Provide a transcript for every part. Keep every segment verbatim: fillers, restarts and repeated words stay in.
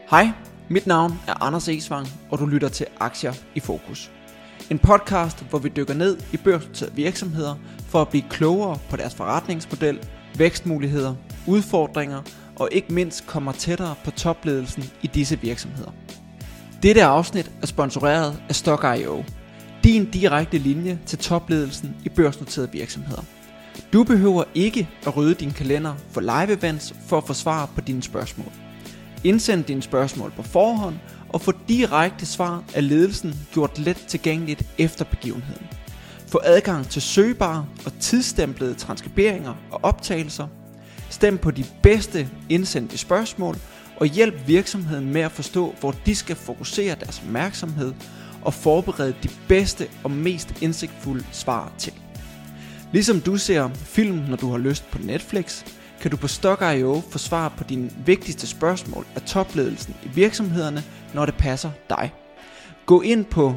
Hej, mit navn er Anders Esvang, og du lytter til Aktier i Fokus. En podcast, hvor vi dykker ned i børsnoterede virksomheder for at blive klogere på deres forretningsmodel, vækstmuligheder, udfordringer og ikke mindst kommer tættere på topledelsen i disse virksomheder. Dette afsnit er sponsoreret af Stock punktum i o, din direkte linje til topledelsen i børsnoterede virksomheder. Du behøver ikke at rydde din kalender for live events for at få svar på dine spørgsmål. Indsend dine spørgsmål på forhånd og få direkte svar af ledelsen gjort let tilgængeligt efter begivenheden. Få adgang til søgbare og tidsstemplede transkriberinger og optagelser. Stem på de bedste indsendte spørgsmål og hjælp virksomheden med at forstå, hvor de skal fokusere deres opmærksomhed og forberede de bedste og mest indsigtfulde svar til. Ligesom du ser film, når du har lyst på Netflix, kan du på Stock punktum i o få svar på dine vigtigste spørgsmål af topledelsen i virksomhederne, når det passer dig. Gå ind på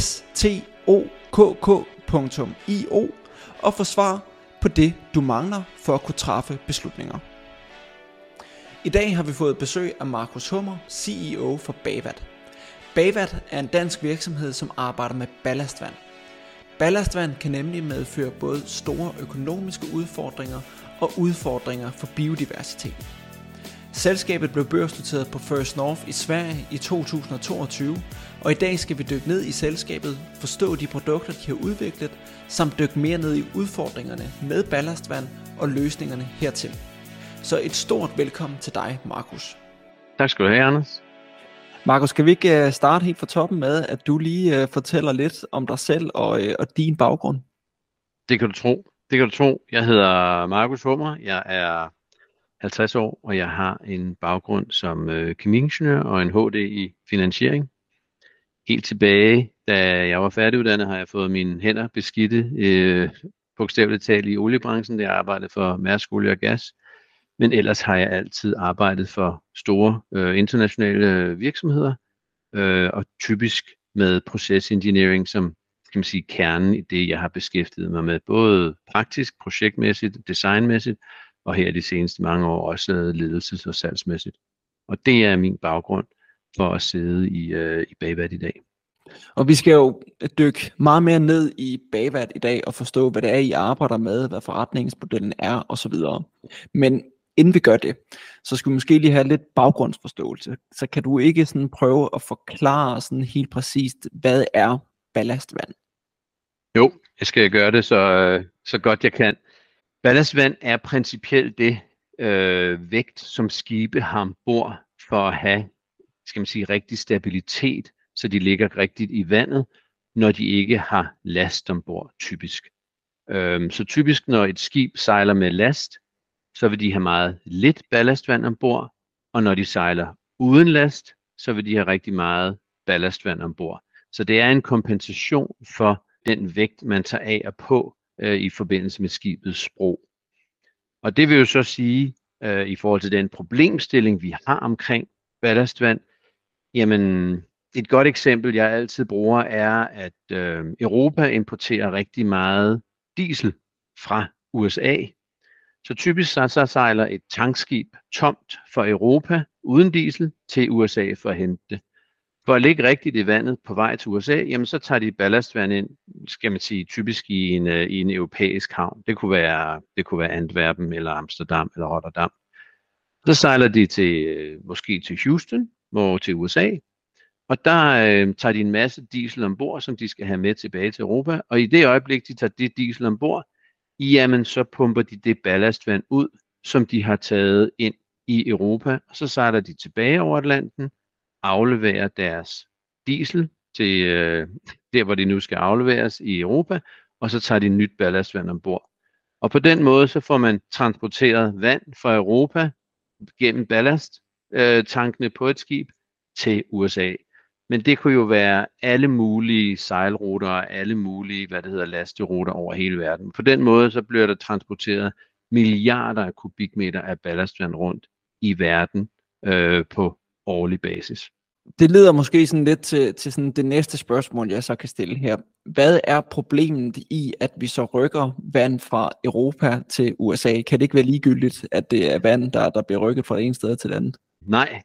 stock punktum i o og få svar på det, du mangler for at kunne træffe beslutninger. I dag har vi fået besøg af Markus Hummer, C E O for Bawat. Bawat er en dansk virksomhed, som arbejder med ballastvand. Ballastvand kan nemlig medføre både store økonomiske udfordringer og udfordringer for biodiversiteten. Selskabet blev børsnoteret på First North i Sverige i to tusind og toogtyve, og i dag skal vi dykke ned i selskabet, forstå de produkter, de har udviklet, samt dykke mere ned i udfordringerne med ballastvand og løsningerne hertil. Så et stort velkommen til dig, Markus. Tak skal du have, Anders. Markus, skal vi ikke starte helt fra toppen med, at du lige fortæller lidt om dig selv og, og din baggrund? Det kan du tro. Det kan du tro. Jeg hedder Markus Hummer. Jeg er halvtreds år, og jeg har en baggrund som øh, kemiingeniør og en H D i finansiering. Helt tilbage, da jeg var færdiguddannet, har jeg fået mine hænder beskidte øh, bogstaveligt talt i oliebranchen. Der jeg arbejdede for Mærsk Olie og Gas. Men ellers har jeg altid arbejdet for store øh, internationale virksomheder, øh, og typisk med procesengineering som, kan man sige, kernen i det, jeg har beskæftiget mig med, både praktisk, projektmæssigt, designmæssigt, og her de seneste mange år også ledelses- og salgsmæssigt. Og det er min baggrund for at sidde i, øh, i Bawat i dag. Og vi skal jo dykke meget mere ned i Bawat i dag og forstå, hvad det er, I arbejder med, hvad forretningsmodellen er osv. Men inden vi gør det, så skal vi måske lige have lidt baggrundsforståelse. Så kan du ikke sådan prøve at forklare sådan helt præcist, hvad er ballastvand? Jo, jeg skal gøre det så, så godt jeg kan. Ballastvand er principielt det øh, vægt, som skibe har ombord for at have, skal man sige, rigtig stabilitet, så de ligger rigtigt i vandet, når de ikke har last ombord, typisk. Øhm, så typisk, når et skib sejler med last, så vil de have meget lidt ballastvand ombord, og når de sejler uden last, så vil de have rigtig meget ballastvand ombord. Så det er en kompensation for den vægt, man tager af og på øh, i forbindelse med skibets sprog. Og det vil jo så sige, øh, i forhold til den problemstilling, vi har omkring ballastvand, jamen et godt eksempel, jeg altid bruger, er, at øh, Europa importerer rigtig meget diesel fra U S A. Så typisk så, så sejler et tankskib tomt fra Europa uden diesel til U S A for at hente det. For at ligge rigtigt i vandet på vej til U S A, jamen så tager de ballastvand ind, skal man sige, typisk i en, i en europæisk havn. Det kunne være, det kunne være Antwerpen eller Amsterdam eller Rotterdam. Så sejler de til, måske til Houston, hvor til U S A, og der øh, tager de en masse diesel ombord, som de skal have med tilbage til Europa. Og i det øjeblik, de tager det diesel ombord, jamen så pumper de det ballastvand ud, som de har taget ind i Europa, og så sejler de tilbage over Atlanten, afleverer deres diesel til øh, der, hvor de nu skal afleveres i Europa, og så tager de nyt ballastvand ombord. Og på den måde, så får man transporteret vand fra Europa gennem ballasttankene øh, på et skib til U S A. Men det kunne jo være alle mulige sejlruter og alle mulige, hvad det hedder, lasteruter over hele verden. På den måde så bliver der transporteret milliarder af kubikmeter af ballastvand rundt i verden øh, på årlig basis. Det leder måske sådan lidt til, til sådan det næste spørgsmål, jeg så kan stille her. Hvad er problemet i, at vi så rykker vand fra Europa til U S A? Kan det ikke være ligegyldigt, at det er vand, der, der bliver rykket fra det ene sted til det andet? Nej, det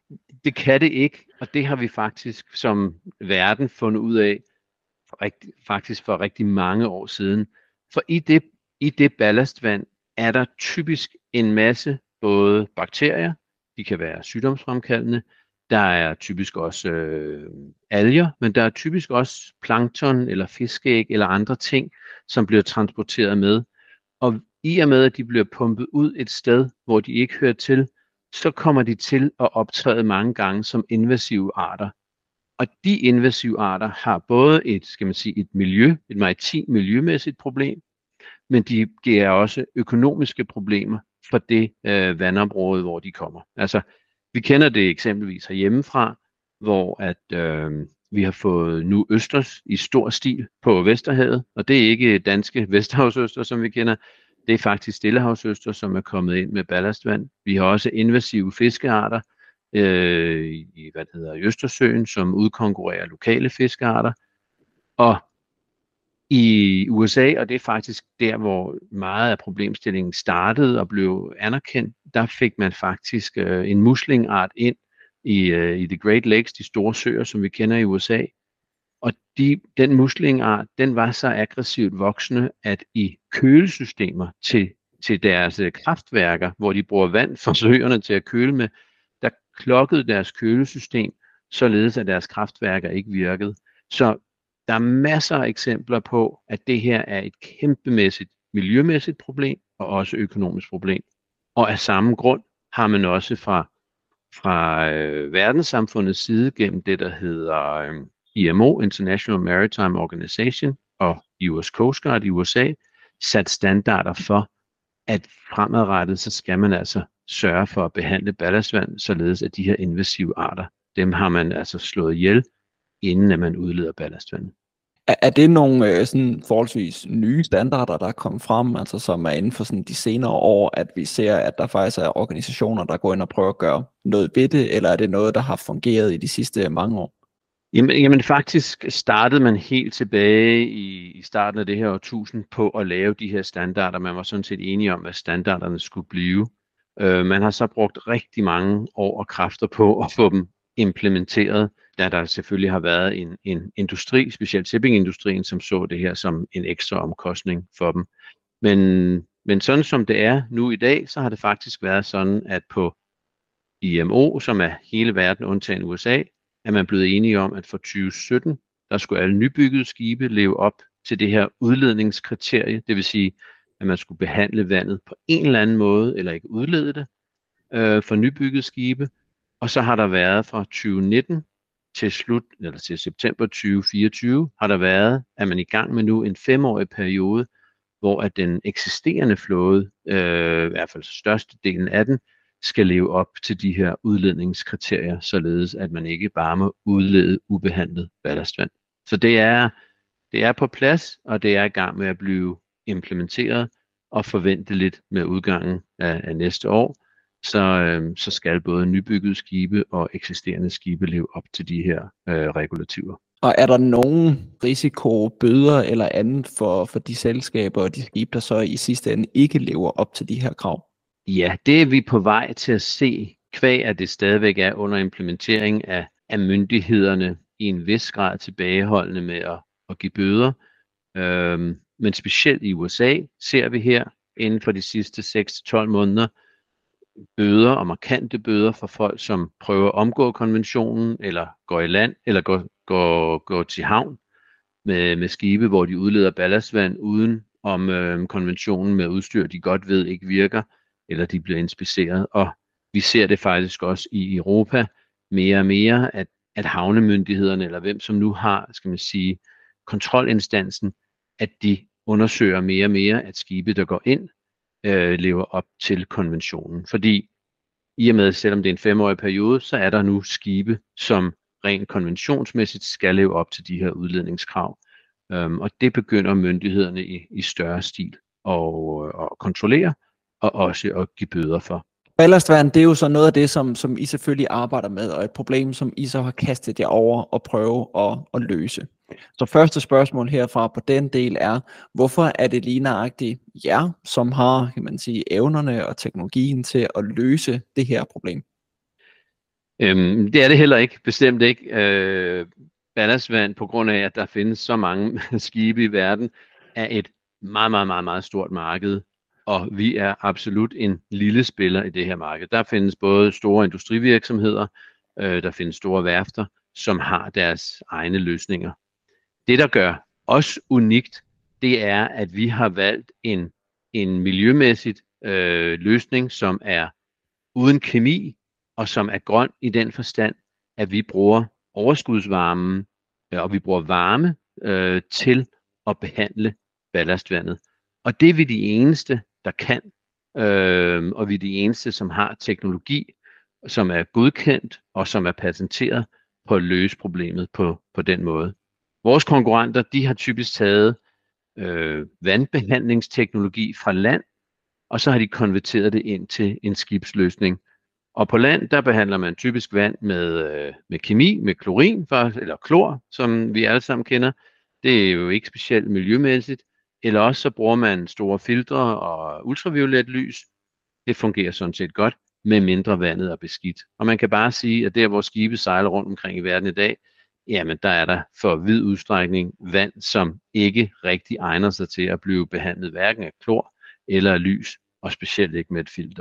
det kan det ikke, og det har vi faktisk som verden fundet ud af for rigtig, faktisk for rigtig mange år siden. For i det, i det ballastvand er der typisk en masse både bakterier, de kan være sygdomsfremkaldende, der er typisk også øh, alger, men der er typisk også plankton eller fiskeæg eller andre ting, som bliver transporteret med. Og i og med, at de bliver pumpet ud et sted, hvor de ikke hører til, så kommer de til at optræde mange gange som invasive arter. Og de invasive arter har både et, skal man sige, et miljø, et maritimt miljømæssigt problem, men de giver også økonomiske problemer for det øh, vandområde, hvor de kommer. Altså, vi kender det eksempelvis herhjemmefra, hvor at øh, vi har fået nu østers i stor stil på Vesterhavet, og det er ikke danske Vesterhavsøster, som vi kender. Det er faktisk Stillehavsøster, som er kommet ind med ballastvand. Vi har også invasive fiskearter øh, i, hvad det hedder, i Østersøen, som udkonkurrerer lokale fiskearter. Og i U S A, og det er faktisk der, hvor meget af problemstillingen startede og blev anerkendt, der fik man faktisk øh, en muslingart ind i, øh, i The Great Lakes, de store søer, som vi kender i U S A. Og de, den muslingart, den var så aggressivt voksende, at i kølesystemer til, til deres øh, kraftværker, hvor de bruger vand fra søerne til at køle med, der klokkede deres kølesystem, således at deres kraftværker ikke virkede. Så der er masser af eksempler på, at det her er et kæmpemæssigt miljømæssigt problem og også økonomisk problem. Og af samme grund har man også fra, fra øh, verdenssamfundets side gennem det, der hedder øh, I M O, International Maritime Organization, og U S Coast Guard i U S A, sat standarder for, at fremadrettet, så skal man altså sørge for at behandle ballastvand, således at de her invasive arter, dem har man altså slået ihjel, inden at man udleder ballastvand. Er, er det nogle øh, sådan forholdsvis nye standarder, der er kommet frem, altså som er inden for sådan de senere år, at vi ser, at der faktisk er organisationer, der går ind og prøver at gøre noget ved det, eller er det noget, der har fungeret i de sidste mange år? Jamen, jamen faktisk startede man helt tilbage i, i starten af det her årtusind på at lave de her standarder. Man var sådan set enige om, hvad standarderne skulle blive. Øh, man har så brugt rigtig mange år og kræfter på at få dem implementeret, da der selvfølgelig har været en, en industri, specielt shippingindustrien, som så det her som en ekstra omkostning for dem. Men, men sådan som det er nu i dag, så har det faktisk været sådan, at på I M O, som er hele verden undtagen U S A, er man blevet enige om, at for tyve sytten, der skulle alle nybyggede skibe leve op til det her udledningskriterie, det vil sige, at man skulle behandle vandet på en eller anden måde, eller ikke udlede det, øh, for nybyggede skibe. Og så har der været fra tyve nitten til slut, eller til september tyve fireogtyve, har der været, at man i gang med nu en femårig periode, hvor at den eksisterende flåde, øh, i hvert fald størstedelen af den, skal leve op til de her udledningskriterier, således at man ikke bare må udlede ubehandlet ballastvand. Så det er, det er på plads, og det er i gang med at blive implementeret, og forventeligt med udgangen af, af næste år, så, øh, så skal både nybyggede skibe og eksisterende skibe leve op til de her øh, regulativer. Og er der nogen risiko, bøder eller andet for, for de selskaber og de skibe, der så i sidste ende ikke lever op til de her krav? Ja, det er vi på vej til at se, kvæg at det stadigvæk er under implementering af, af myndighederne i en vis grad tilbageholdende med at, at give bøder. Øhm, men specielt i U S A ser vi her inden for de sidste seks til tolv måneder bøder og markante bøder for folk, som prøver at omgå konventionen, eller går i land, eller går, går, går til havn med, med skibe, hvor de udleder ballastvand uden om øh, konventionen med udstyr, de godt ved ikke virker, eller de bliver inspiceret. Og vi ser det faktisk også i Europa mere og mere, at, at havnemyndighederne, eller hvem som nu har, skal man sige, kontrolinstansen, at de undersøger mere og mere, at skibe, der går ind, øh, lever op til konventionen. Fordi i og med, selvom det er en femårig periode, så er der nu skibe, som rent konventionsmæssigt skal leve op til de her udledningskrav. Um, og det begynder myndighederne i, i større stil at, at kontrollere, og også at give bøder for. Ballastvand, det er jo så noget af det, som, som I selvfølgelig arbejder med, og et problem, som I så har kastet jer over og prøve at, at løse. Så første spørgsmål herfra på den del er, hvorfor er det lige nøjagtigt jer, som har, kan man sige, evnerne og teknologien til at løse det her problem? Øhm, det er det heller ikke, bestemt ikke. Øh, ballastvand, på grund af, at der findes så mange skibe i verden, er et meget, meget, meget, meget stort marked, og vi er absolut en lille spiller i det her marked. Der findes både store industrivirksomheder, øh, der findes store værfter, som har deres egne løsninger. Det, der gør os unikt, det er, at vi har valgt en, en miljømæssigt øh, løsning, som er uden kemi, og som er grøn i den forstand, at vi bruger overskudsvarmen, øh, og vi bruger varme øh, til at behandle ballastvandet. Og det er vi de eneste, der kan, øh, og vi er de eneste, som har teknologi, som er godkendt, og som er patenteret på at løse problemet på, på den måde. Vores konkurrenter, de har typisk taget øh, vandbehandlingsteknologi fra land, og så har de konverteret det ind til en skibsløsning. Og på land, der behandler man typisk vand med, øh, med kemi, med klorin, eller klor, som vi alle sammen kender. Det er jo ikke specielt miljømæssigt. Eller også så bruger man store filtre og ultraviolet lys. Det fungerer sådan set godt, med mindre vandet er beskidt. Og man kan bare sige, at der hvor skibe sejler rundt omkring i verden i dag, jamen der er der for vid udstrækning vand, som ikke rigtig egner sig til at blive behandlet hverken af klor eller af lys, og specielt ikke med et filter.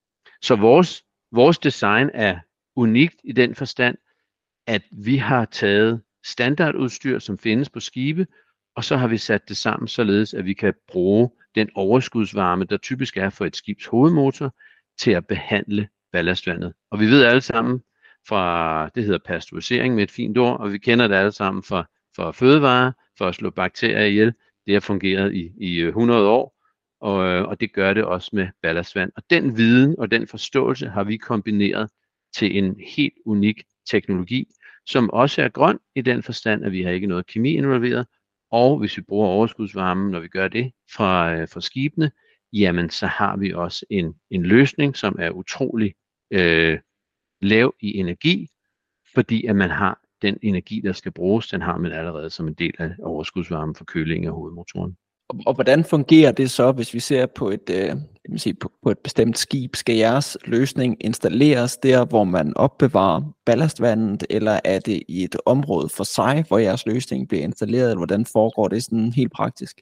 Så vores, vores design er unikt i den forstand, at vi har taget standardudstyr, som findes på skibe, og så har vi sat det sammen således, at vi kan bruge den overskudsvarme, der typisk er for et skibs hovedmotor, til at behandle ballastvandet. Og vi ved alle sammen fra, det hedder pasteurisering med et fint ord, og vi kender det alle sammen fra, fra fødevarer, for at slå bakterier ihjel. Det har fungeret i, i hundrede år, og, og det gør det også med ballastvand. Og den viden og den forståelse har vi kombineret til en helt unik teknologi, som også er grøn i den forstand, at vi har ikke noget kemi involveret, og hvis vi bruger overskudsvarmen, når vi gør det fra, fra skibene, jamen så har vi også en, en løsning, som er utrolig øh, lav i energi, fordi at man har den energi, der skal bruges, den har man allerede som en del af overskudsvarmen for køling af hovedmotoren. Og, og hvordan fungerer det så, hvis vi ser på et, øh, jeg vil sige, på, på et bestemt skib? Skal jeres løsning installeres der, hvor man opbevarer ballastvandet, eller er det i et område for sig, hvor jeres løsning bliver installeret? Hvordan foregår det sådan helt praktisk?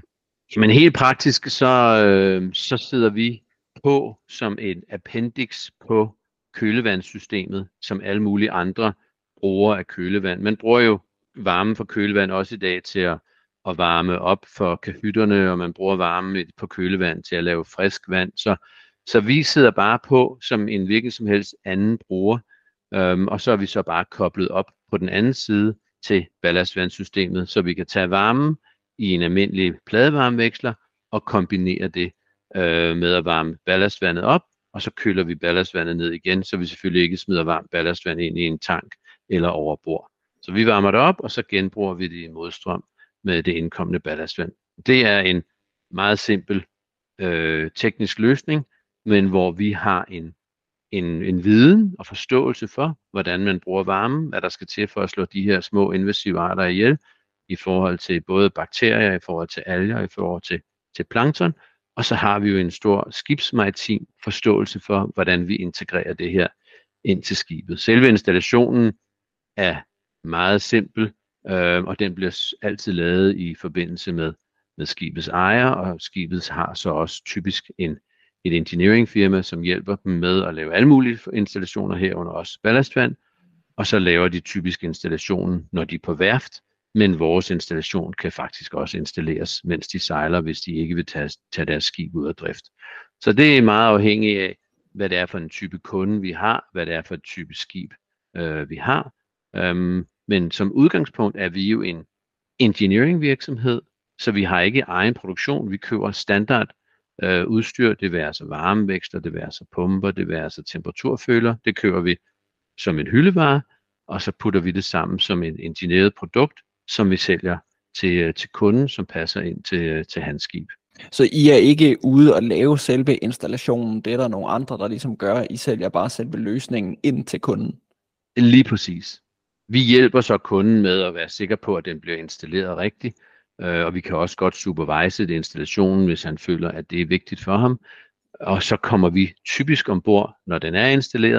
Men helt praktisk, så, øh, så sidder vi på som en appendix på kølevandssystemet, som alle mulige andre brugere af kølevand. Man bruger jo varme fra kølevand også i dag til at, at varme op for kahytterne, og man bruger varme på kølevand til at lave frisk vand. Så, så vi sidder bare på som en hvilken som helst anden bruger, øhm, og så er vi så bare koblet op på den anden side til ballastvandsystemet, så vi kan tage varmen i en almindelig pladevarmeveksler og kombinere det øh, med at varme ballastvandet op, og så køler vi ballastvandet ned igen, så vi selvfølgelig ikke smider varmt ballastvand ind i en tank eller over bord. Så vi varmer det op, og så genbruger vi det i modstrøm med det indkommende ballastvand. Det er en meget simpel øh, teknisk løsning, men hvor vi har en, en, en viden og forståelse for, hvordan man bruger varmen, hvad der skal til for at slå de her små invasive arter ihjel, i forhold til både bakterier, i forhold til alger, i forhold til, til plankton, og så har vi jo en stor skibsmaritim forståelse for, hvordan vi integrerer det her ind til skibet. Selve installationen er meget simpel, øh, og den bliver altid lavet i forbindelse med, med skibets ejer, og skibet har så også typisk en, et engineeringfirma, som hjælper dem med at lave alle mulige installationer herunder også ballastvand, og så laver de typisk installationen, når de er på værft, men vores installation kan faktisk også installeres, mens de sejler, hvis de ikke vil tage, tage deres skib ud af drift. Så det er meget afhængigt af, hvad det er for en type kunde, vi har, hvad det er for et type skib, øh, vi har. Um, men som udgangspunkt er vi jo en engineering virksomhed, så vi har ikke egen produktion. Vi køber standard øh, udstyr, det vil altså varmeveksler, det vil altså pumper, det vil altså temperaturføler. Det køber vi som en hyldevare, og så putter vi det sammen som et engineeret produkt, som vi sælger til, til kunden, som passer ind til, til hans skib. Så I er ikke ude og lave selve installationen, det er der nogle andre, der ligesom gør, I sælger bare selve løsningen ind til kunden? Lige præcis. Vi hjælper så kunden med at være sikker på, at den bliver installeret rigtigt, og vi kan også godt supervise det installationen, hvis han føler, at det er vigtigt for ham. Og så kommer vi typisk ombord, når den er installeret,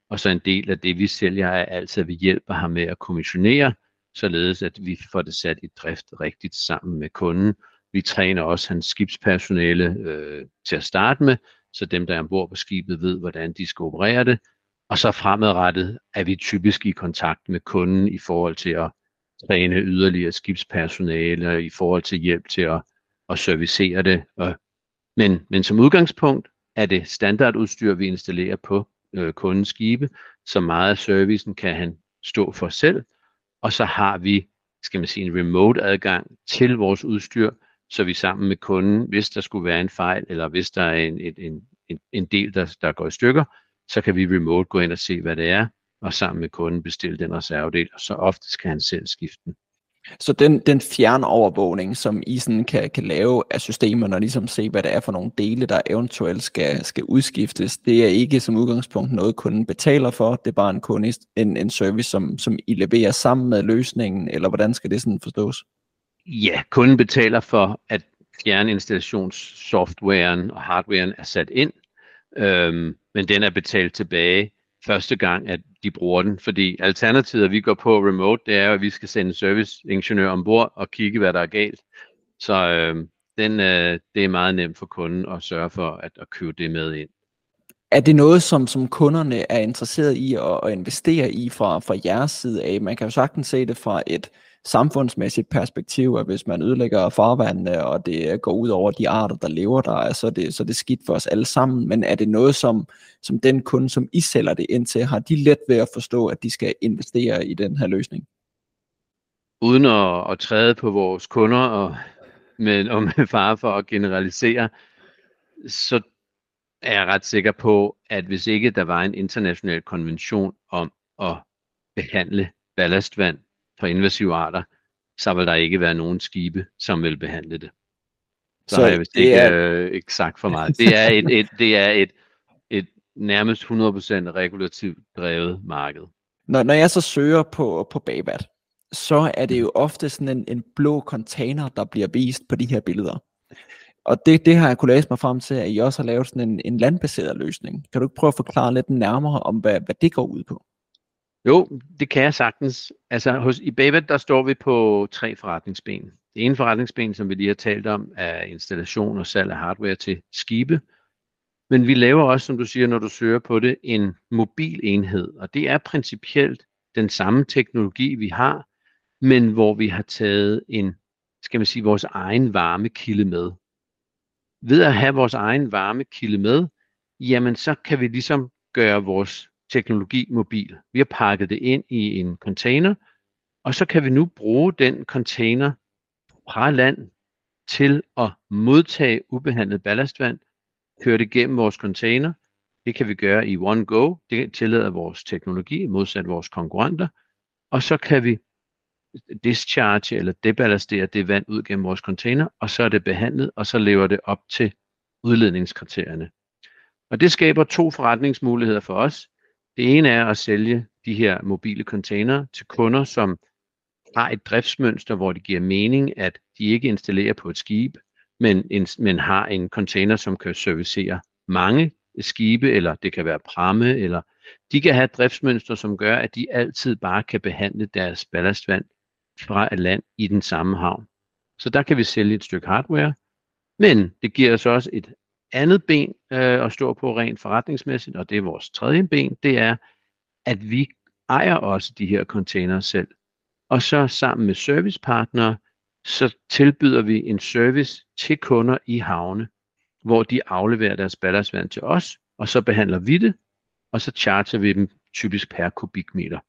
og så en del af det, vi sælger, er altså, at vi hjælper ham med at kommissionere, således at vi får det sat i drift rigtigt sammen med kunden. Vi træner også hans skibspersonale øh, til at starte med, så dem, der er ombord på skibet, ved, hvordan de skal operere det. Og så fremadrettet er vi typisk i kontakt med kunden i forhold til at træne yderligere skibspersonale, i forhold til hjælp til at, at servicere det. Men, men som udgangspunkt er det standardudstyr, vi installerer på øh, kundens skibe, så meget af servicen kan han stå for selv. Og så har vi, skal man sige, en remote adgang til vores udstyr, så vi sammen med kunden, hvis der skulle være en fejl, eller hvis der er en, en, en, en del, der, der går i stykker, så kan vi remote gå ind og se, hvad det er, og sammen med kunden bestille den reservedel, og så ofte skal han selv skifte den. Så den, den fjernovervågning, som I sådan kan, kan lave af systemerne, og ligesom se, hvad det er for nogle dele, der eventuelt skal, skal udskiftes, det er ikke som udgangspunkt noget, kunden betaler for, det er bare en, kunde, en, en service, som, som I leverer sammen med løsningen, eller hvordan skal det sådan forstås? Ja, kunden betaler for, at fjerneinstallationssoftwaren og hardwaren er sat ind, øhm, men den er betalt tilbage første gang, at de bruger den, fordi alternativet, at vi går på remote, det er jo, at vi skal sende serviceingeniør ombord og kigge, hvad der er galt. Så øh, den, øh, det er meget nemt for kunden at sørge for at, at købe det med ind. Er det noget, som, som kunderne er interesseret i at, at investere i fra, fra jeres side af? Man kan jo sagtens se det fra et samfundsmæssigt perspektiv, at hvis man ødelægger farvandene, og det går ud over de arter, der lever der, så er det, så er det skidt for os alle sammen. Men er det noget, som, som den kunde, som I sælger det ind til, har de let ved at forstå, at de skal investere i den her løsning? Uden at, at træde på vores kunder, og med, og med fare for at generalisere, så er jeg ret sikker på, at hvis ikke der var en international konvention om at behandle ballastvand for invasive arter, så vil der ikke være nogen skibe, som vil behandle det. Så, så har jeg vist ikke, er... øh, ikke sagt for meget. Det er et, et, det er et, et nærmest hundrede procent regulativt drevet marked. Når, når jeg så søger på, på Babat, så er det jo ofte sådan en, en blå container, der bliver vist på de her billeder. Og det, det har jeg kunne læse mig frem til, at I også har lavet sådan en, en landbaseret løsning. Kan du ikke prøve at forklare lidt nærmere om, hvad, hvad det går ud på? Jo, det kan jeg sagtens. Altså hos, i Babat, der står vi på tre forretningsben. Det ene forretningsben, som vi lige har talt om, er installation og salg af hardware til skibe. Men vi laver også, som du siger, når du søger på det, en mobil enhed. Og det er principielt den samme teknologi, vi har, men hvor vi har taget en, skal man sige, vores egen varmekilde med. Ved at have vores egen varmekilde med, jamen så kan vi ligesom gøre vores teknologi mobil. Vi har pakket det ind i en container, og så kan vi nu bruge den container fra land til at modtage ubehandlet ballastvand, køre det gennem vores container. Det kan vi gøre i one go. Det tillader vores teknologi, modsat vores konkurrenter. Og så kan vi discharge eller deballastere det vand ud gennem vores container, og så er det behandlet, og så lever det op til udledningskriterierne. Og det skaber to forretningsmuligheder for os. Det ene er at sælge de her mobile container til kunder, som har et driftsmønster, hvor det giver mening, at de ikke installerer på et skib, men, en, men har en container, som kan servicere mange skibe, eller det kan være pramme, eller de kan have et driftsmønster, som gør, at de altid bare kan behandle deres ballastvand fra et land i den samme havn. Så der kan vi sælge et stykke hardware, men det giver os også et andet ben øh, at stå på rent forretningsmæssigt, og det er vores tredje ben, det er, at vi ejer også de her container selv. Og så sammen med servicepartnere, så tilbyder vi en service til kunder i havne, hvor de afleverer deres ballastvand til os, og så behandler vi det, og så charger vi dem typisk per kubikmeter.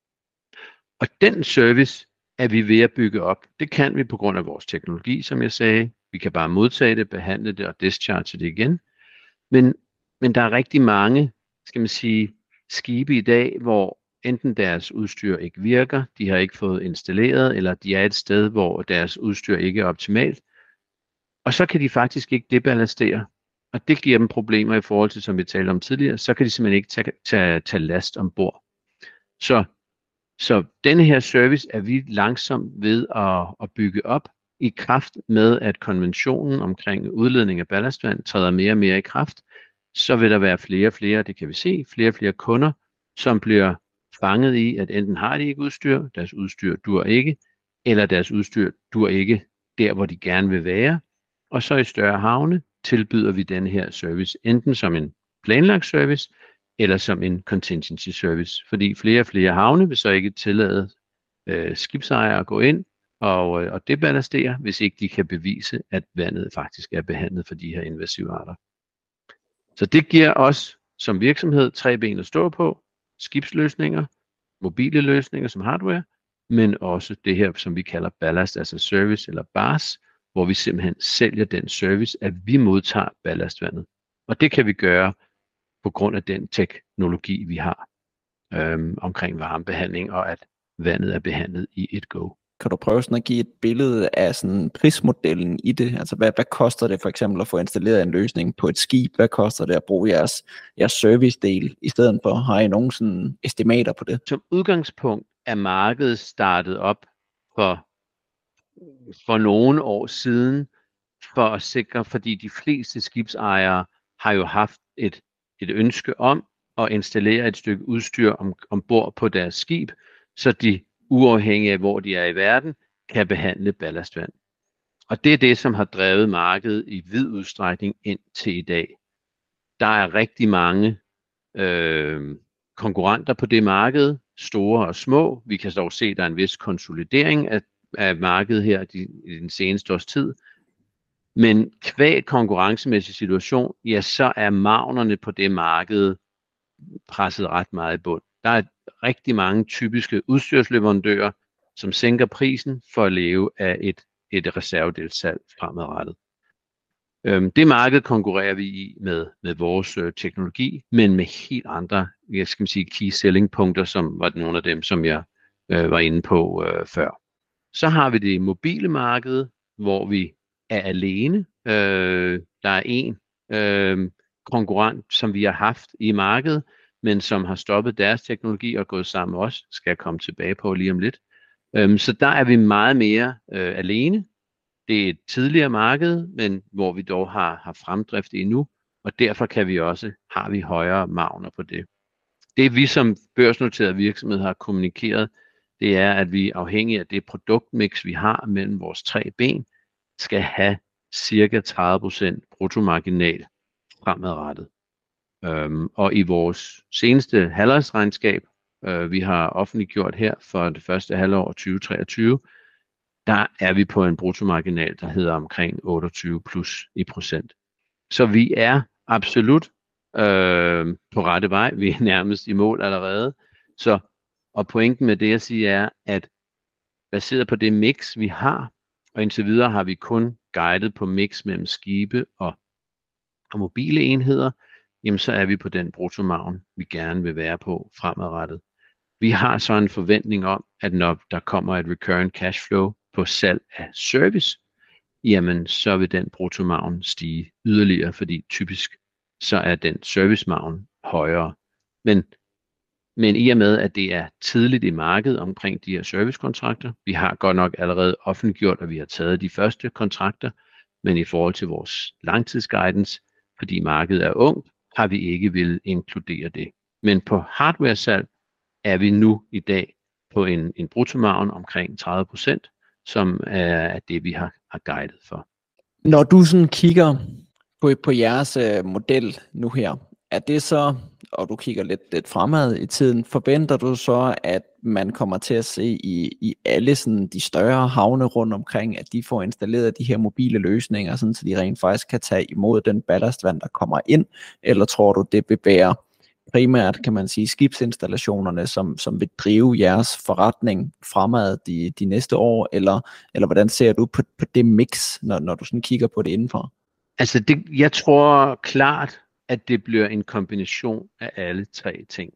Og den service er vi ved at bygge op. Det kan vi på grund af vores teknologi, som jeg sagde. Vi kan bare modtage det, behandle det og discharge det igen. Men, men der er rigtig mange, skal man sige, skibe i dag, hvor enten deres udstyr ikke virker, de har ikke fået installeret, eller de er et sted, hvor deres udstyr ikke er optimalt. Og så kan de faktisk ikke deballastere. Og det giver dem problemer i forhold til, som vi talte om tidligere, så kan de simpelthen ikke tage, tage, tage last ombord. Så, så denne her service er vi langsomt ved at, at bygge op i kraft med, at konventionen omkring udledning af ballastvand træder mere og mere i kraft. Så vil der være flere og flere, det kan vi se, flere og flere kunder, som bliver fanget i, at enten har de ikke udstyr, deres udstyr dur ikke, eller deres udstyr dur ikke der, hvor de gerne vil være. Og så i større havne tilbyder vi den her service, enten som en planlagt service, eller som en contingency service. Fordi flere og flere havne vil så ikke tillade øh, skibsejere at gå ind og, øh, og deballastere, hvis ikke de kan bevise, at vandet faktisk er behandlet for de her invasive arter. Så det giver os som virksomhed tre ben at stå på: skibsløsninger, mobile løsninger som hardware, men også det her, som vi kalder ballast as a service eller B A S, hvor vi simpelthen sælger den service, at vi modtager ballastvandet. Og det kan vi gøre på grund af den teknologi, vi har øhm, omkring varmebehandling, og at vandet er behandlet i et go. Kan du prøve sådan at give et billede af sådan prismodellen i det? Altså hvad, hvad koster det for eksempel at få installeret en løsning på et skib? Hvad koster det at bruge jeres, jeres service-del i stedet for? Har I nogen sådan estimater på det? Som udgangspunkt er markedet startet op for, for nogle år siden for at sikre, fordi de fleste skibsejere har jo haft et, et ønske om at installere et stykke udstyr om, ombord på deres skib, så de uafhængig af hvor de er i verden, kan behandle ballastvand. Og det er det, som har drevet markedet i vid udstrækning ind til i dag. Der er rigtig mange øh, konkurrenter på det marked, store og små. Vi kan dog se, at der er en vis konsolidering af, af markedet her i, i den seneste års tid. Men kvæg konkurrencemæssig situation, ja, så er margnerne på det marked presset ret meget i bund. Der er rigtig mange typiske udstyrsleverandører, som sænker prisen for at leve af et, et reservedelssalg fremadrettet. Øhm, det marked konkurrerer vi i med, med vores øh, teknologi, men med helt andre, jeg skal sige, key selling punkter, som var nogle af dem, som jeg øh, var inde på øh, før. Så har vi det mobile marked, hvor vi er alene. Øh, der er en øh, konkurrent, som vi har haft i markedet, men som har stoppet deres teknologi og gået sammen med os, skal jeg komme tilbage på lige om lidt. Øhm, så der er vi meget mere øh, alene. Det er et tidligere marked, men hvor vi dog har, har fremdrift endnu, og derfor kan vi også, har vi højere marginer på det. Det vi som børsnoteret virksomhed har kommunikeret, det er, at vi afhængig af det produktmix, vi har mellem vores tre ben, skal have cirka tredive procent bruttomarginal fremadrettet. Øhm, og i vores seneste halvårsregnskab, øh, vi har offentliggjort her for det første halvår tyve treogtyve, der er vi på en bruttomarginal, der hedder omkring otteogtyve plus i procent. Så vi er absolut øh, på rette vej. Vi er nærmest i mål allerede. Så, og pointen med det, jeg siger, er, at baseret på det mix, vi har, og indtil videre har vi kun guidet på mix mellem skibe og, og mobile enheder, jamen så er vi på den bruttomargen, vi gerne vil være på fremadrettet. Vi har så en forventning om, at når der kommer et recurrent cash flow på salg af service, jamen så vil den bruttomargen stige yderligere, fordi typisk så er den servicemargen højere. Men, men i og med, at det er tidligt i markedet omkring de her servicekontrakter, vi har godt nok allerede offentliggjort, at vi har taget de første kontrakter, men i forhold til vores langtidsguidance, fordi markedet er ungt, har vi ikke vil inkludere det. Men på hardware-salg er vi nu i dag på en, en bruttomargen omkring tredive procent, som er det, vi har, har guidet for. Når du sådan kigger på, på jeres øh, model nu her, er det så, og du kigger lidt, lidt fremad i tiden, forventer du så, at man kommer til at se i, i alle sådan de større havne rundt omkring, at de får installeret de her mobile løsninger, sådan, så de rent faktisk kan tage imod den ballastvand, der kommer ind, eller tror du, det vil være primært, kan man sige, skibsinstallationerne, som, som vil drive jeres forretning fremad de, de næste år, eller, eller hvordan ser du på, på det mix, når, når du sådan kigger på det indenfor? Altså, det, jeg tror klart, at det bliver en kombination af alle tre ting.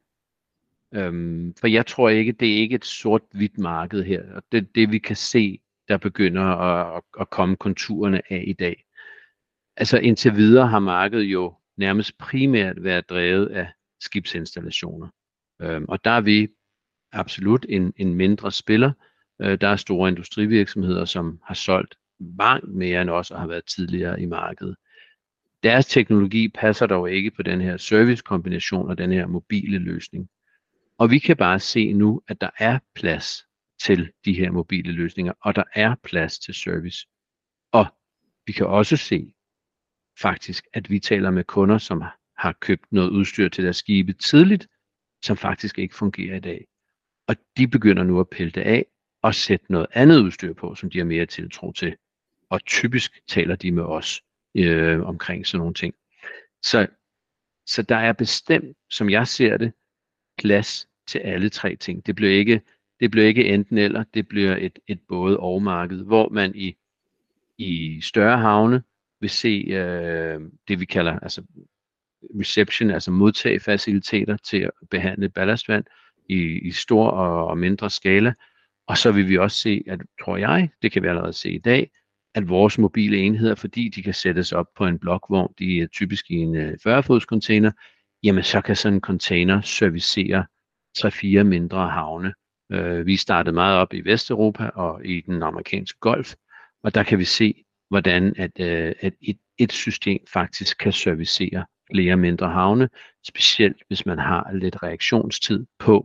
Øhm, for jeg tror ikke, det er ikke et sort-hvidt marked her, og det er det, vi kan se, der begynder at, at komme konturerne af i dag. Altså indtil videre har markedet jo nærmest primært været drevet af skibsinstallationer. Øhm, og der er vi absolut en, en mindre spiller. Øh, der er store industrivirksomheder, som har solgt langt mere end os og har været tidligere i markedet. Deres teknologi passer dog ikke på den her servicekombination og den her mobile løsning. Og vi kan bare se nu, at der er plads til de her mobile løsninger, og der er plads til service. Og vi kan også se faktisk, at vi taler med kunder, som har købt noget udstyr til deres skibe tidligt, som faktisk ikke fungerer i dag. Og de begynder nu at pille det af og sætte noget andet udstyr på, som de har mere tiltro til. Og typisk taler de med os øh, omkring sådan nogle ting. Så, så der er bestemt, som jeg ser det, plads til alle tre ting. Det bliver ikke, det bliver ikke enten eller, det bliver et, et både og marked, hvor man i, i større havne vil se øh, det, vi kalder altså reception, altså modtagefaciliteter til at behandle ballastvand i, i stor og, og mindre skala. Og så vil vi også se, at tror jeg, det kan vi allerede se i dag, at vores mobile enheder, fordi de kan sættes op på en blokvogn, de er typisk i en fyrre fods container, jamen så kan sådan en container servicere tre fire mindre havne. Øh, vi startede meget op i Vesteuropa og i den amerikanske golf, og der kan vi se, hvordan at, øh, at et, et system faktisk kan servicere flere mindre havne, specielt hvis man har lidt reaktionstid på,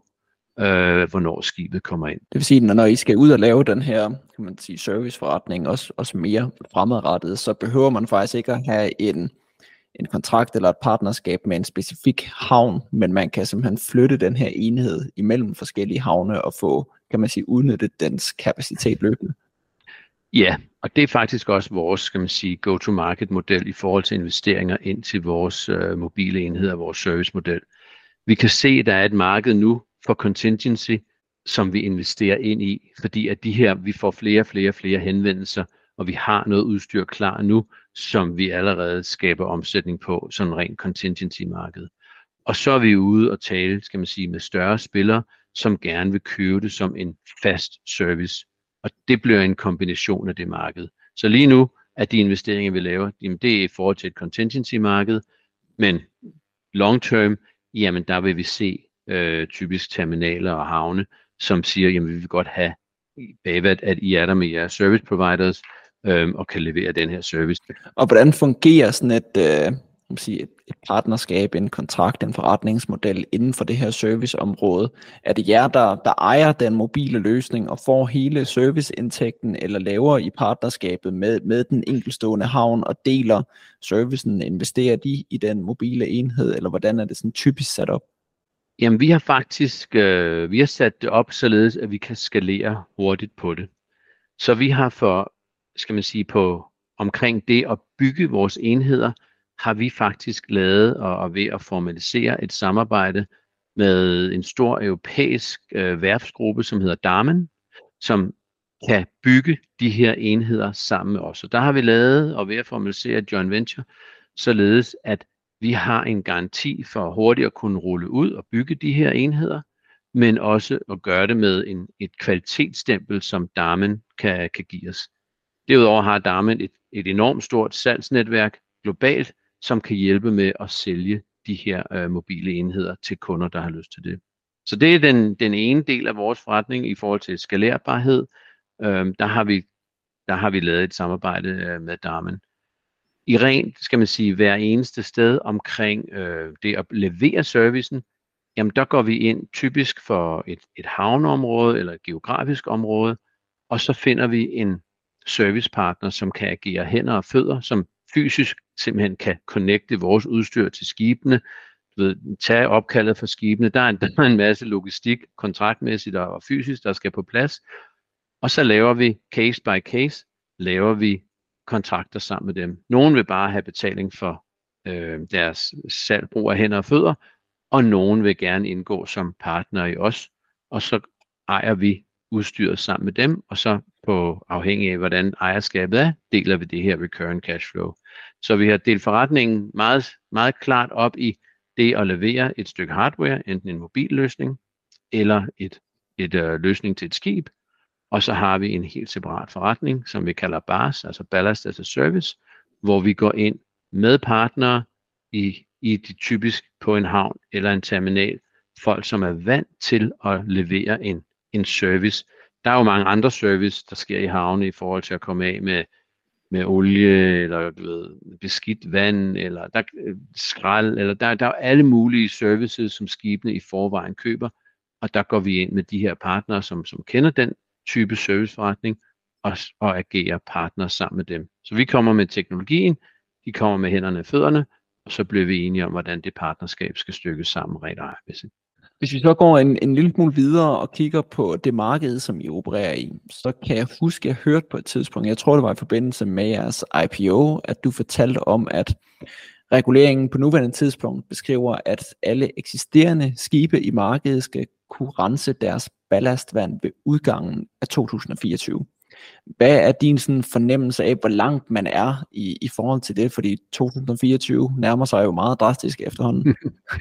øh, hvornår skibet kommer ind. Det vil sige, at når I skal ud og lave den her, kan man sige, serviceforretning, også, også mere fremadrettet, så behøver man faktisk ikke at have en, en kontrakt eller et partnerskab med en specifik havn, men man kan simpelthen flytte den her enhed imellem forskellige havne og få, kan man sige, udnyttet dens kapacitet løbende. Ja, og det er faktisk også vores, skal man sige, go-to-market model i forhold til investeringer ind til vores øh, mobile enheder, vores servicemodel. Vi kan se, at der er et marked nu for contingency, som vi investerer ind i, fordi at de her, vi får flere og flere, flere henvendelser, og vi har noget udstyr klar nu, som vi allerede skaber omsætning på, sådan en ren contingency-marked. Og så er vi ude og tale, skal man sige, med større spillere, som gerne vil købe det som en fast service. Og det bliver en kombination af det marked. Så lige nu er de investeringer, vi laver, jamen det er i forhold til et contingency-marked, men long term, jamen der vil vi se øh, typisk terminaler og havne, som siger, jamen vi vil godt have bagvat, at I er der med jeres service providers, øh, og kan levere den her service. Og hvordan fungerer sådan et, øh, man sige, et, et partnerskab, en kontrakt, en forretningsmodel inden for det her serviceområde? Er det jer, der, der ejer den mobile løsning og får hele serviceindtægten, eller laver I partnerskabet med, med den enkeltstående havn og deler servicen? Investerer de i den mobile enhed, eller hvordan er det sådan typisk sat op? Jamen vi har faktisk øh, vi har sat det op således, at vi kan skalere hurtigt på det. Så vi har for, skal man sige, på omkring det at bygge vores enheder, har vi faktisk lavet og er ved at formalisere et samarbejde med en stor europæisk øh, værftsgruppe, som hedder Damen, som kan bygge de her enheder sammen med os. Og der har vi lavet og ved at formalisere et joint venture, således at vi har en garanti for hurtigt at kunne rulle ud og bygge de her enheder, men også at gøre det med en, et kvalitetsstempel, som Damen kan, kan give os. Derudover har Damen et, et enormt stort salgsnetværk globalt, som kan hjælpe med at sælge de her øh, mobile enheder til kunder, der har lyst til det. Så det er den, den ene del af vores forretning i forhold til skalerbarhed. Øhm, der, har vi, der har vi lavet et samarbejde øh, med Damen. I rent, skal man sige, hver eneste sted omkring øh, det at levere servicen, jamen der går vi ind typisk for et, et havneområde eller et geografisk område, og så finder vi en servicepartner, som kan agere hænder og fødder, som fysisk simpelthen kan connecte vores udstyr til skibene, du ved, tage opkaldet for skibene. Der er, en, der er en masse logistik, kontraktmæssigt og fysisk, der skal på plads. Og så laver vi case by case, laver vi kontrakter sammen med dem. Nogen vil bare have betaling for øh, deres salg, brug af hænder og fødder, og nogen vil gerne indgå som partner i os, og så ejer vi udstyret sammen med dem, og så på afhængig af, hvordan ejerskabet er, deler vi det her recurrent cash flow. Så vi har delt forretningen meget, meget klart op i det at levere et stykke hardware, enten en mobilløsning, eller et, et uh, løsning til et skib, og så har vi en helt separat forretning, som vi kalder B A S, altså Ballast as a Service, hvor vi går ind med partnere i, i de typisk på en havn eller en terminal, folk som er vant til at levere en en service. Der er jo mange andre service, der sker i havne i forhold til at komme af med, med olie, eller du ved, beskidt vand, eller der, skrald, eller der, der er alle mulige services, som skibene i forvejen køber, og der går vi ind med de her partnere, som, som kender den type serviceforretning, og, og agerer partner sammen med dem. Så vi kommer med teknologien, de kommer med hænderne og fødderne, og så bliver vi enige om, hvordan det partnerskab skal stykkes sammen rent ejermæssigt. Hvis vi så går en, en lille smule videre og kigger på det marked, som I opererer i, så kan jeg huske, at jeg hørte på et tidspunkt, jeg tror det var i forbindelse med jeres I P O, at du fortalte om, at reguleringen på nuværende tidspunkt beskriver, at alle eksisterende skibe i markedet skal kunne rense deres ballastvand ved udgangen af to tusind og fireogtyve. Hvad er din sådan fornemmelse af, hvor langt man er i, i forhold til det? Fordi to tusind og fireogtyve nærmer sig jo meget drastisk efterhånden.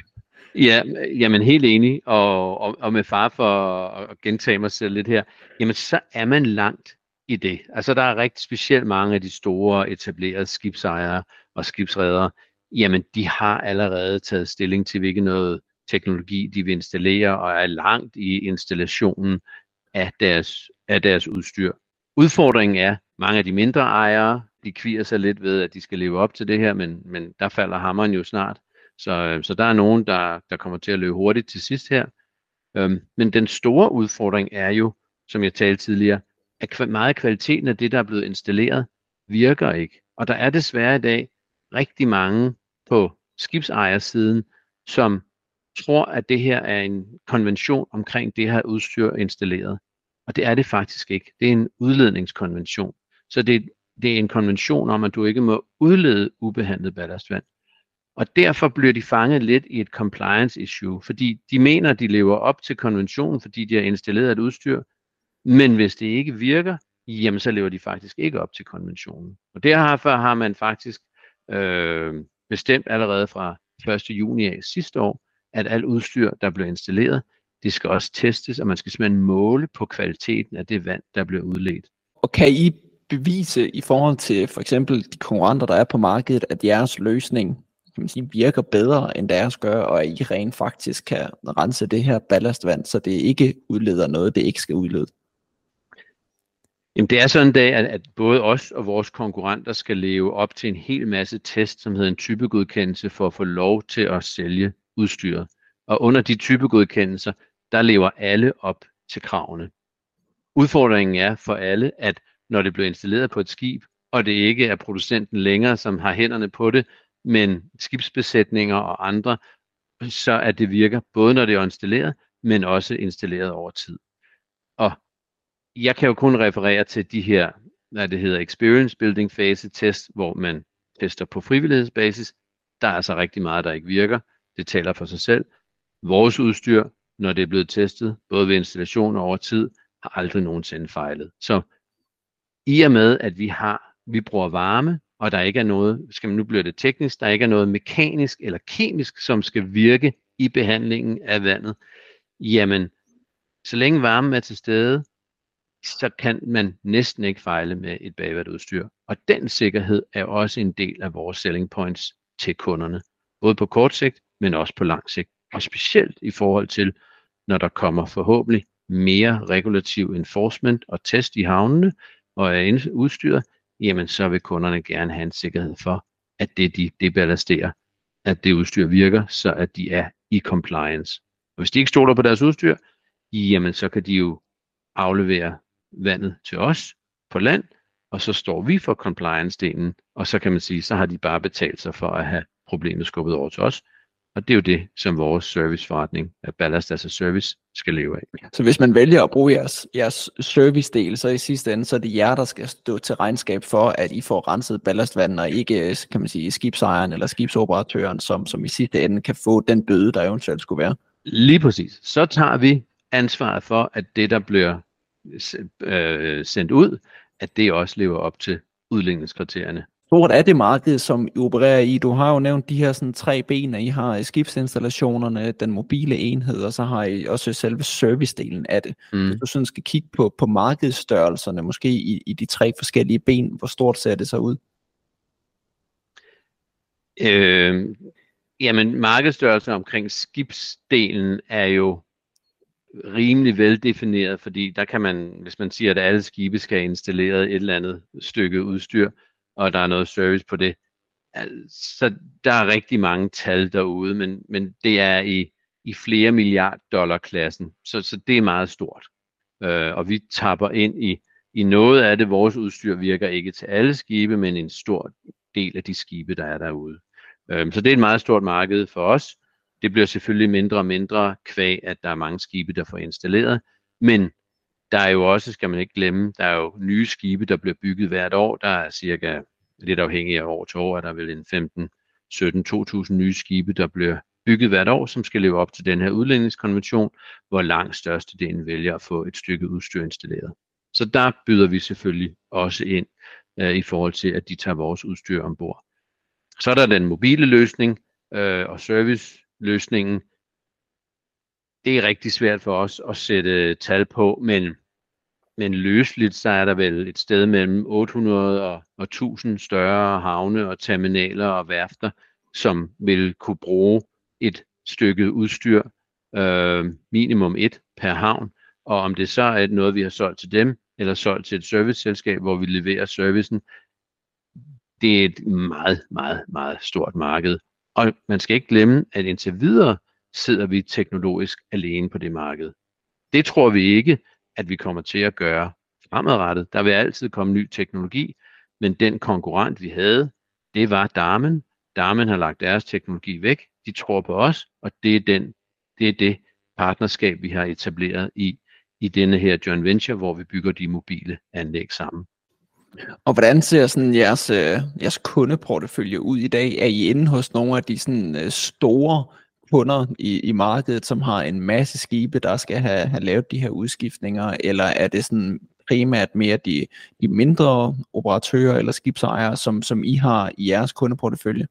Ja, jamen helt enig, og, og, og med far for at gentage mig selv lidt her, jamen så er man langt i det. Altså der er rigtig specielt mange af de store etablerede skibsejere og skibsredere, jamen de har allerede taget stilling til, hvilken noget teknologi de vil installere, og er langt i installationen af deres, af deres udstyr. Udfordringen er, mange af de mindre ejere, de kvier sig lidt ved, at de skal leve op til det her, men, men der falder hammeren jo snart. Så, så der er nogen, der, der kommer til at løbe hurtigt til sidst her. Øhm, men den store udfordring er jo, som jeg talte tidligere, at meget af kvaliteten af det, der er blevet installeret, virker ikke. Og der er desværre i dag rigtig mange på skibsejersiden, som tror, at det her er en konvention omkring det her udstyr installeret. Og det er det faktisk ikke. Det er en udledningskonvention. Så det, det er en konvention om, at du ikke må udlede ubehandlet ballastvand. Og derfor bliver de fanget lidt i et compliance issue, fordi de mener, at de lever op til konventionen, fordi de har installeret et udstyr, men hvis det ikke virker, jamen så lever de faktisk ikke op til konventionen. Og derfor har man faktisk øh, bestemt allerede fra første juni af sidste år, at alt udstyr, der bliver installeret, det skal også testes, og man skal simpelthen måle på kvaliteten af det vand, der bliver udledt. Og kan I bevise i forhold til for eksempel de konkurrenter, der er på markedet, at jeres løsning kan man sige, virker bedre end deres gør, og at I rent faktisk kan rense det her ballastvand, så det ikke udleder noget, det ikke skal udlede? Jamen det er sådan en dag, at, at både os og vores konkurrenter skal leve op til en hel masse test, som hedder en typegodkendelse for at få lov til at sælge udstyret. Og under de typegodkendelser, der lever alle op til kravene. Udfordringen er for alle, at når det bliver installeret på et skib, og det ikke er producenten længere, som har hænderne på det, men skibsbesætninger og andre, så at det virker både når det er installeret, men også installeret over tid. Og jeg kan jo kun referere til de her, hvad det hedder, experience building phase test, hvor man tester på frivillighedsbasis. Der er altså rigtig meget, der ikke virker. Det taler for sig selv. Vores udstyr, når det er blevet testet, både ved installation og over tid, har aldrig nogensinde fejlet. Så i og med, at vi har, vi bruger varme, og der ikke er noget, skal man nu blive det teknisk, der ikke er noget mekanisk eller kemisk, som skal virke i behandlingen af vandet, jamen, så længe varmen er til stede, så kan man næsten ikke fejle med et bagvandudstyr. Og den sikkerhed er også en del af vores selling points til kunderne, både på kort sigt, men også på lang sigt. Og specielt i forhold til, når der kommer forhåbentlig mere regulativ enforcement og test i havnene og er udstyret, jamen så vil kunderne gerne have en sikkerhed for, at det de deballasterer, at det udstyr virker, så at de er i compliance. Og hvis de ikke stoler på deres udstyr, jamen så kan de jo aflevere vandet til os på land, og så står vi for compliance-delen, og så kan man sige, så har de bare betalt sig for at have problemet skubbet over til os. Og det er jo det, som vores serviceforretning af Ballast as a Service skal leve af. Så hvis man vælger at bruge jeres, jeres service-del, så i sidste ende, så er det jer, der skal stå til regnskab for, at I får renset ballastvand, og ikke, kan man sige, skibsejeren eller skibsoperatøren, som, som i sidste ende kan få den bøde, der eventuelt skulle være. Lige præcis. Så tager vi ansvaret for, at det, der bliver øh, sendt ud, at det også lever op til udledningskriterierne. Stort er det marked, som I opererer i? Du har jo nævnt de her sådan, tre ben, I har skibsinstallationerne, den mobile enhed, og så har I også selve servicedelen af det. Mm. Hvis du sådan skal kigge på, på markedsstørrelserne, måske i, i de tre forskellige ben, hvor stort ser det så ud? Øh, jamen, markedsstørrelsen omkring skibsdelen er jo rimelig veldefineret, fordi der kan man, hvis man siger, at alle skibe skal have installeret et eller andet stykke udstyr, og der er noget service på det. Så der er rigtig mange tal derude, men, men det er i, i flere milliard dollar klassen. Så, så det er meget stort. Øh, og vi tapper ind i, i noget af det. Vores udstyr virker ikke til alle skibe, men en stor del af de skibe, der er derude. Øh, så det er et meget stort marked for os. Det bliver selvfølgelig mindre og mindre kvæg, at der er mange skibe, der får installeret. Men der er jo også, skal man ikke glemme, der er jo nye skibe, der bliver bygget hvert år. Der er cirka, lidt afhængig af år til år, er der vel en femten, sytten, to tusind nye skibe, der bliver bygget hvert år, som skal leve op til den her udlændingskonvention, hvor langt størstedelen vælger at få et stykke udstyr installeret. Så der byder vi selvfølgelig også ind øh, i forhold til, at de tager vores udstyr ombord. Så er der den mobile løsning øh, og serviceløsningen. Det er rigtig svært for os at sætte tal på, men, men løsligt så er der vel et sted mellem otte hundrede og tusind større havne og terminaler og værfter, som vil kunne bruge et stykke udstyr, øh, minimum et per havn, og om det så er noget, vi har solgt til dem, eller solgt til et serviceselskab, hvor vi leverer servicen, det er et meget, meget, meget stort marked. Og man skal ikke glemme, at indtil videre sidder vi teknologisk alene på det marked. Det tror vi ikke, at vi kommer til at gøre fremadrettet. Der vil altid komme ny teknologi, men den konkurrent, vi havde, det var Damen. Damen har lagt deres teknologi væk. De tror på os, og det er, den, det, er det partnerskab, vi har etableret i, i denne her joint venture, hvor vi bygger de mobile anlæg sammen. Og hvordan ser sådan jeres, øh, jeres kundeportefølje ud i dag? Er I inde hos nogle af de sådan, øh, store kunder i, i markedet, som har en masse skibe, der skal have, have lavet de her udskiftninger, eller er det sådan primært mere de, de mindre operatører eller skibsejere, som, som I har i jeres kundeportefølje?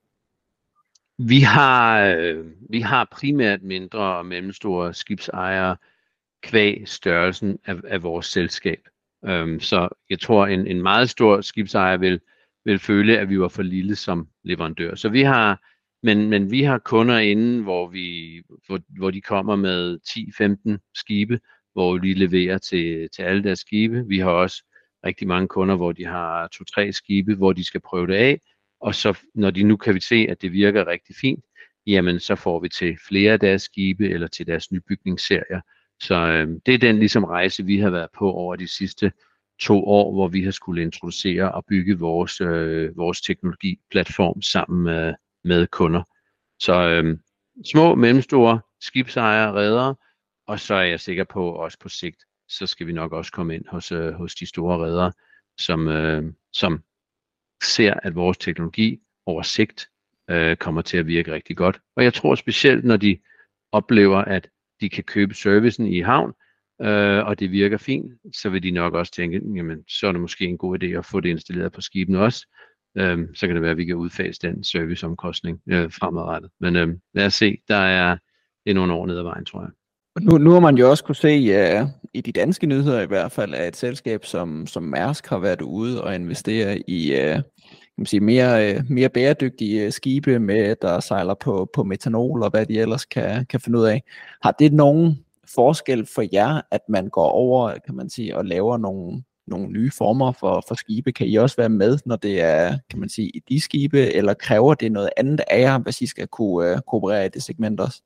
Vi har, øh, vi har primært mindre og mellemstore skibsejere kvæg størrelsen af, af vores selskab. Um, så jeg tror, en, en meget stor skibsejer vil, vil føle, at vi var for lille som leverandør. Så vi har, men, men vi har kunder inde, hvor, vi, hvor, hvor de kommer med ti femten skibe, hvor vi leverer til, til alle deres skibe. Vi har også rigtig mange kunder, hvor de har to tre skibe, hvor de skal prøve det af. Og så når de nu kan vi se, at det virker rigtig fint, jamen så får vi til flere af deres skibe eller til deres nybygningsserier. Så øh, det er den ligesom rejse, vi har været på over de sidste to år, hvor vi har skulle introducere og bygge vores, øh, vores teknologiplatform sammen med, med kunder. Så øh, små, mellemstore skibsejere, redere, og så er jeg sikker på, også på sigt, så skal vi nok også komme ind hos, øh, hos de store redere, som, øh, som ser, at vores teknologi over sigt øh, kommer til at virke rigtig godt. Og jeg tror specielt, når de oplever, at de kan købe servicen i havn, øh, og det virker fint, så vil de nok også tænke, jamen, så er det måske en god idé at få det installeret på skibene også. Øh, så kan det være, at vi kan udfase den serviceomkostning øh, fremadrettet. Men øh, lad os se, der er, det er nogle år ned ad vejen, tror jeg. Nu, nu har man jo også kunne se uh, i de danske nyheder i hvert fald, at et selskab som, som Mærsk har været ude og investere i uh, kan man sige, mere, uh, mere bæredygtige skibe, med, der sejler på, på metanol og hvad de ellers kan, kan finde ud af. Har det nogen forskel for jer, at man går over, kan man sige, og laver nogle, nogle nye former for, for skibe? Kan I også være med, når det er, kan man sige, i de skibe, eller kræver det noget andet af jer, hvis I skal kunne uh, kooperere i det segment også?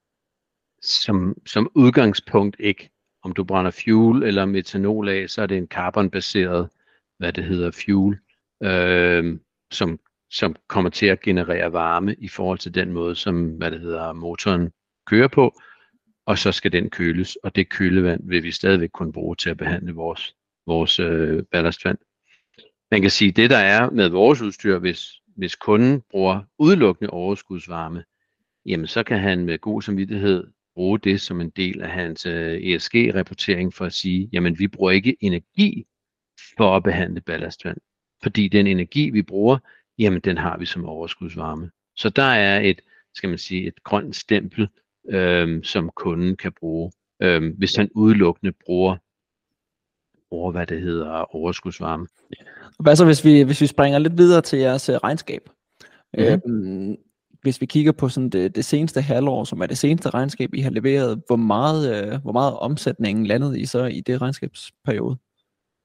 Som, som udgangspunkt ikke. Om du brænder fuel eller metanol af, så er det en carbonbaseret, hvad det hedder, fuel, øh, som, som kommer til at generere varme i forhold til den måde, som hvad det hedder, motoren kører på, og så skal den køles, og det kølevand vil vi stadigvæk kunne bruge til at behandle vores, vores øh, ballastvand. Man kan sige, det der er med vores udstyr, hvis, hvis kunden bruger udelukkende overskudsvarme, jamen så kan han med god samvittighed bruge det som en del af hans øh, E S G-rapportering for at sige, jamen vi bruger ikke energi for at behandle ballastvand, fordi den energi vi bruger, jamen den har vi som overskudsvarme. Så der er et, skal man sige, et grønt stempel, øh, som kunden kan bruge, øh, hvis han udelukkende bruger, bruger, hvad det hedder, overskudsvarme. Hvad så hvis vi, hvis vi springer lidt videre til jeres regnskab? Mm-hmm. Øh, Hvis vi kigger på sådan det, det seneste halvår, som er det seneste regnskab, I har leveret, hvor meget, øh, hvor meget omsætningen landede I så i det regnskabsperiode?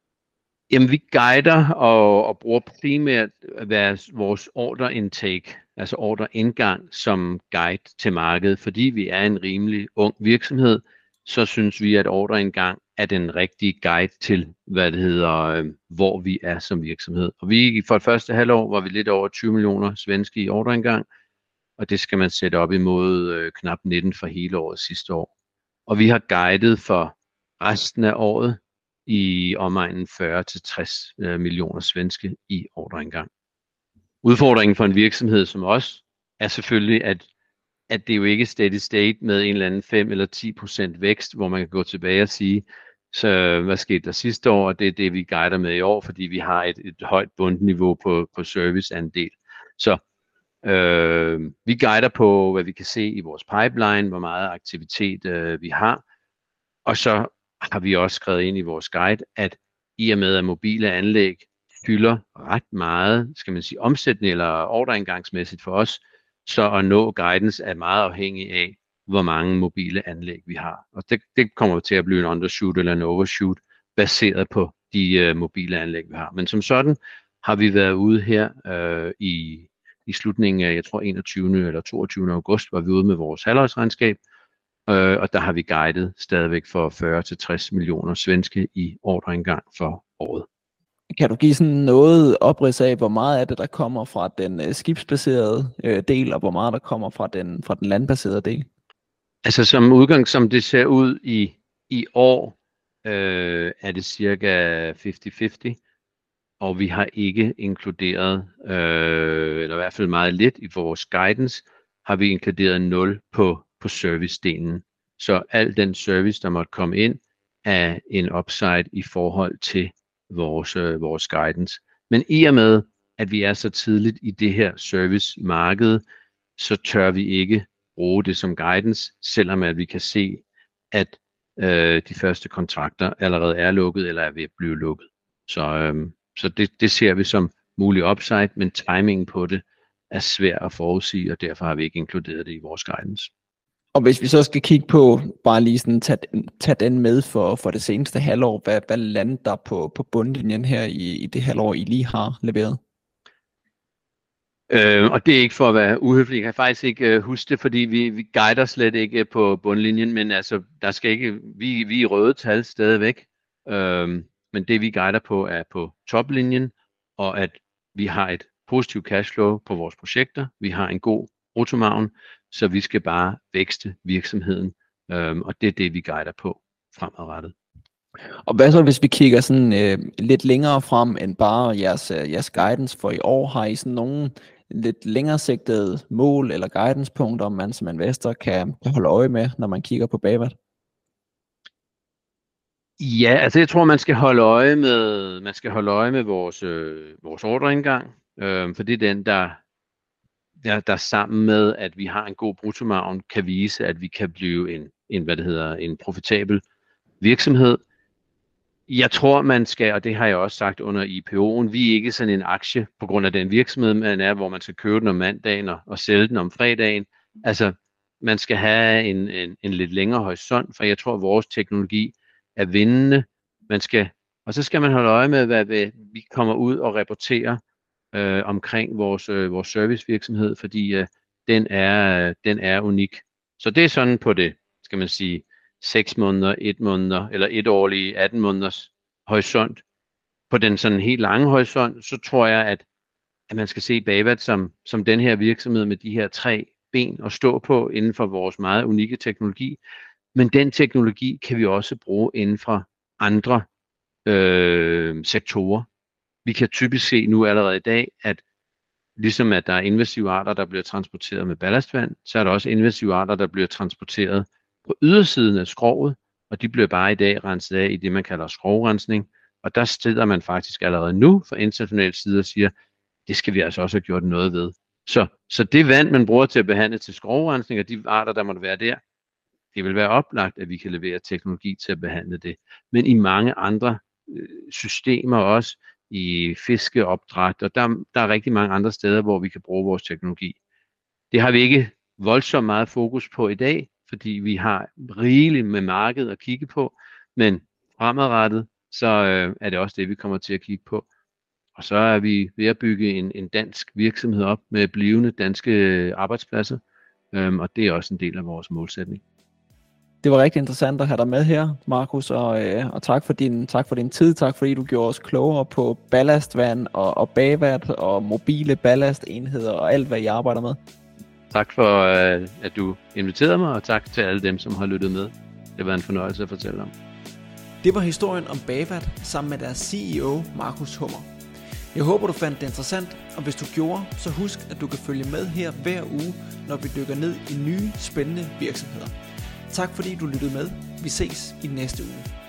Jamen, vi guider og, og bruger primært vores, vores order intake altså ordreindgang som guide til markedet. Fordi vi er en rimelig ung virksomhed, så synes vi, at ordreindgang er den rigtige guide til, hvad det hedder, øh, hvor vi er som virksomhed. Og vi for det første halvår var vi lidt over tyve millioner svenske i ordreindgang, og det skal man sætte op imod øh, knap nitten for hele året sidste år. Og vi har guidet for resten af året i omegnen fyrre til tres øh, millioner svenske i ordreindgang. Udfordringen for en virksomhed som os er selvfølgelig, at, at det jo ikke er steady state med en eller anden fem eller ti procent vækst, hvor man kan gå tilbage og sige, så hvad skete der sidste år, og det er det, vi guider med i år, fordi vi har et, et højt bundniveau på, på serviceandel. Så øh, vi guider på, hvad vi kan se i vores pipeline, hvor meget aktivitet øh, vi har, og så har vi også skrevet ind i vores guide, at i og med at mobile anlæg fylder ret meget, skal man sige, omsætning eller ordreindgangsmæssigt for os, så at nå guidance er meget afhængig af, hvor mange mobile anlæg vi har. Og det, det kommer til at blive en undershoot eller en overshoot, baseret på de uh, mobile anlæg, vi har. Men som sådan har vi været ude her uh, i, i slutningen af, jeg tror enogtyvende eller toogtyvende august, var vi ude med vores halvårsregnskab, uh, og der har vi guidet stadigvæk for fyrre til tres millioner svenske i ordreindgang for året. Kan du give sådan noget oprids af, hvor meget af det, der kommer fra den øh, skibsbaserede øh, del, og hvor meget der kommer fra den, fra den landbaserede del? Altså som udgang, som det ser ud i, i år, øh, er det cirka halvtreds halvtreds, og vi har ikke inkluderet, øh, eller i hvert fald meget lidt i vores guidance, har vi inkluderet nul på, på service-delen. Så al den service, der måtte komme ind, er en upside i forhold til vores, øh, vores guidance. Men i og med, at vi er så tidligt i det her servicemarked, så tør vi ikke bruge det som guidance, selvom at vi kan se, at øh, de første kontrakter allerede er lukket eller er ved at blive lukket. Så, øh, så det, det ser vi som mulig upside, men timingen på det er svær at forudsige, og derfor har vi ikke inkluderet det i vores guidance. Og hvis vi så skal kigge på, bare lige sådan tage, tage den med for, for det seneste halvår, hvad, hvad lander der på, på bundlinjen her i, i det halvår, I lige har leveret? Øh, og det er ikke for at være uhøflig, jeg kan faktisk ikke øh, huske det, fordi vi, vi guider slet ikke på bundlinjen, men altså, der skal ikke, vi, vi er i røde tal stadigvæk, øh, men det vi guider på er på toplinjen, og at vi har et positivt cashflow på vores projekter, vi har en god bruttomargen, så vi skal bare vækste virksomheden, øh, og det er det vi guider på fremadrettet. Og hvad så, hvis vi kigger sådan øh, lidt længere frem end bare jeres, øh, jeres guidance for i år? Har I sådan nogle lidt længere sigtede mål eller guidance-punkter, man som investor kan, kan holde øje med, når man kigger på bagvad? Ja, altså jeg tror, man skal holde øje med, man skal holde øje med vores, øh, vores ordreindgang, øh, for det er den, der, der, der sammen med, at vi har en god bruttomargen, kan vise, at vi kan blive en, en hvad det hedder, en profitabel virksomhed. Jeg tror, man skal, og det har jeg også sagt under I P O'en, vi er ikke sådan en aktie på grund af den virksomhed, man er, hvor man skal købe den om mandagen og, og sælge den om fredagen. Altså, man skal have en, en, en lidt længere horisont, for jeg tror, at vores teknologi er vindende. Man skal, og så skal man holde øje med, hvad vi kommer ud og rapporterer øh, omkring vores, øh, vores servicevirksomhed, fordi øh, den, er, den er unik. Så det er sådan på det, skal man sige, seks måneder, et måneder, eller et årlige, atten måneders horisont. På den sådan helt lange horisont, så tror jeg, at, at man skal se Bawat som, som den her virksomhed med de her tre ben at stå på inden for vores meget unikke teknologi. Men den teknologi kan vi også bruge inden for andre øh, sektorer. Vi kan typisk se nu allerede i dag, at ligesom at der er invasive arter, der bliver transporteret med ballastvand, så er der også invasive arter, der bliver transporteret på ydersiden af skroget, og de bliver bare i dag renset af i det, man kalder skrovrensning. Og der steder man faktisk allerede nu fra international side og siger, det skal vi altså også have gjort noget ved. Så, så det vand, man bruger til at behandle til skrovrensning, og de arter, der måtte være der, det vil være oplagt, at vi kan levere teknologi til at behandle det. Men i mange andre øh, systemer også, i fiskeopdræt, og der, der er rigtig mange andre steder, hvor vi kan bruge vores teknologi. Det har vi ikke voldsomt meget fokus på i dag, fordi vi har rigeligt med markedet at kigge på, men fremadrettet, så øh, er det også det, vi kommer til at kigge på. Og så er vi ved at bygge en, en dansk virksomhed op med blivende danske arbejdspladser, øhm, og det er også en del af vores målsætning. Det var rigtig interessant at have dig med her, Markus, og, øh, og tak, for din, tak for din tid, tak fordi du gjorde os klogere på ballastvand og, og bagvand og mobile ballastenheder og alt, hvad I arbejder med. Tak for, øh, at du inviterede mig, og tak til alle dem, som har lyttet med. Det var en fornøjelse at fortælle om. Det var historien om Bawat sammen med deres C E O, Markus Hummer. Jeg håber, du fandt det interessant, og hvis du gjorde, så husk, at du kan følge med her hver uge, når vi dykker ned i nye, spændende virksomheder. Tak fordi du lyttede med. Vi ses i næste uge.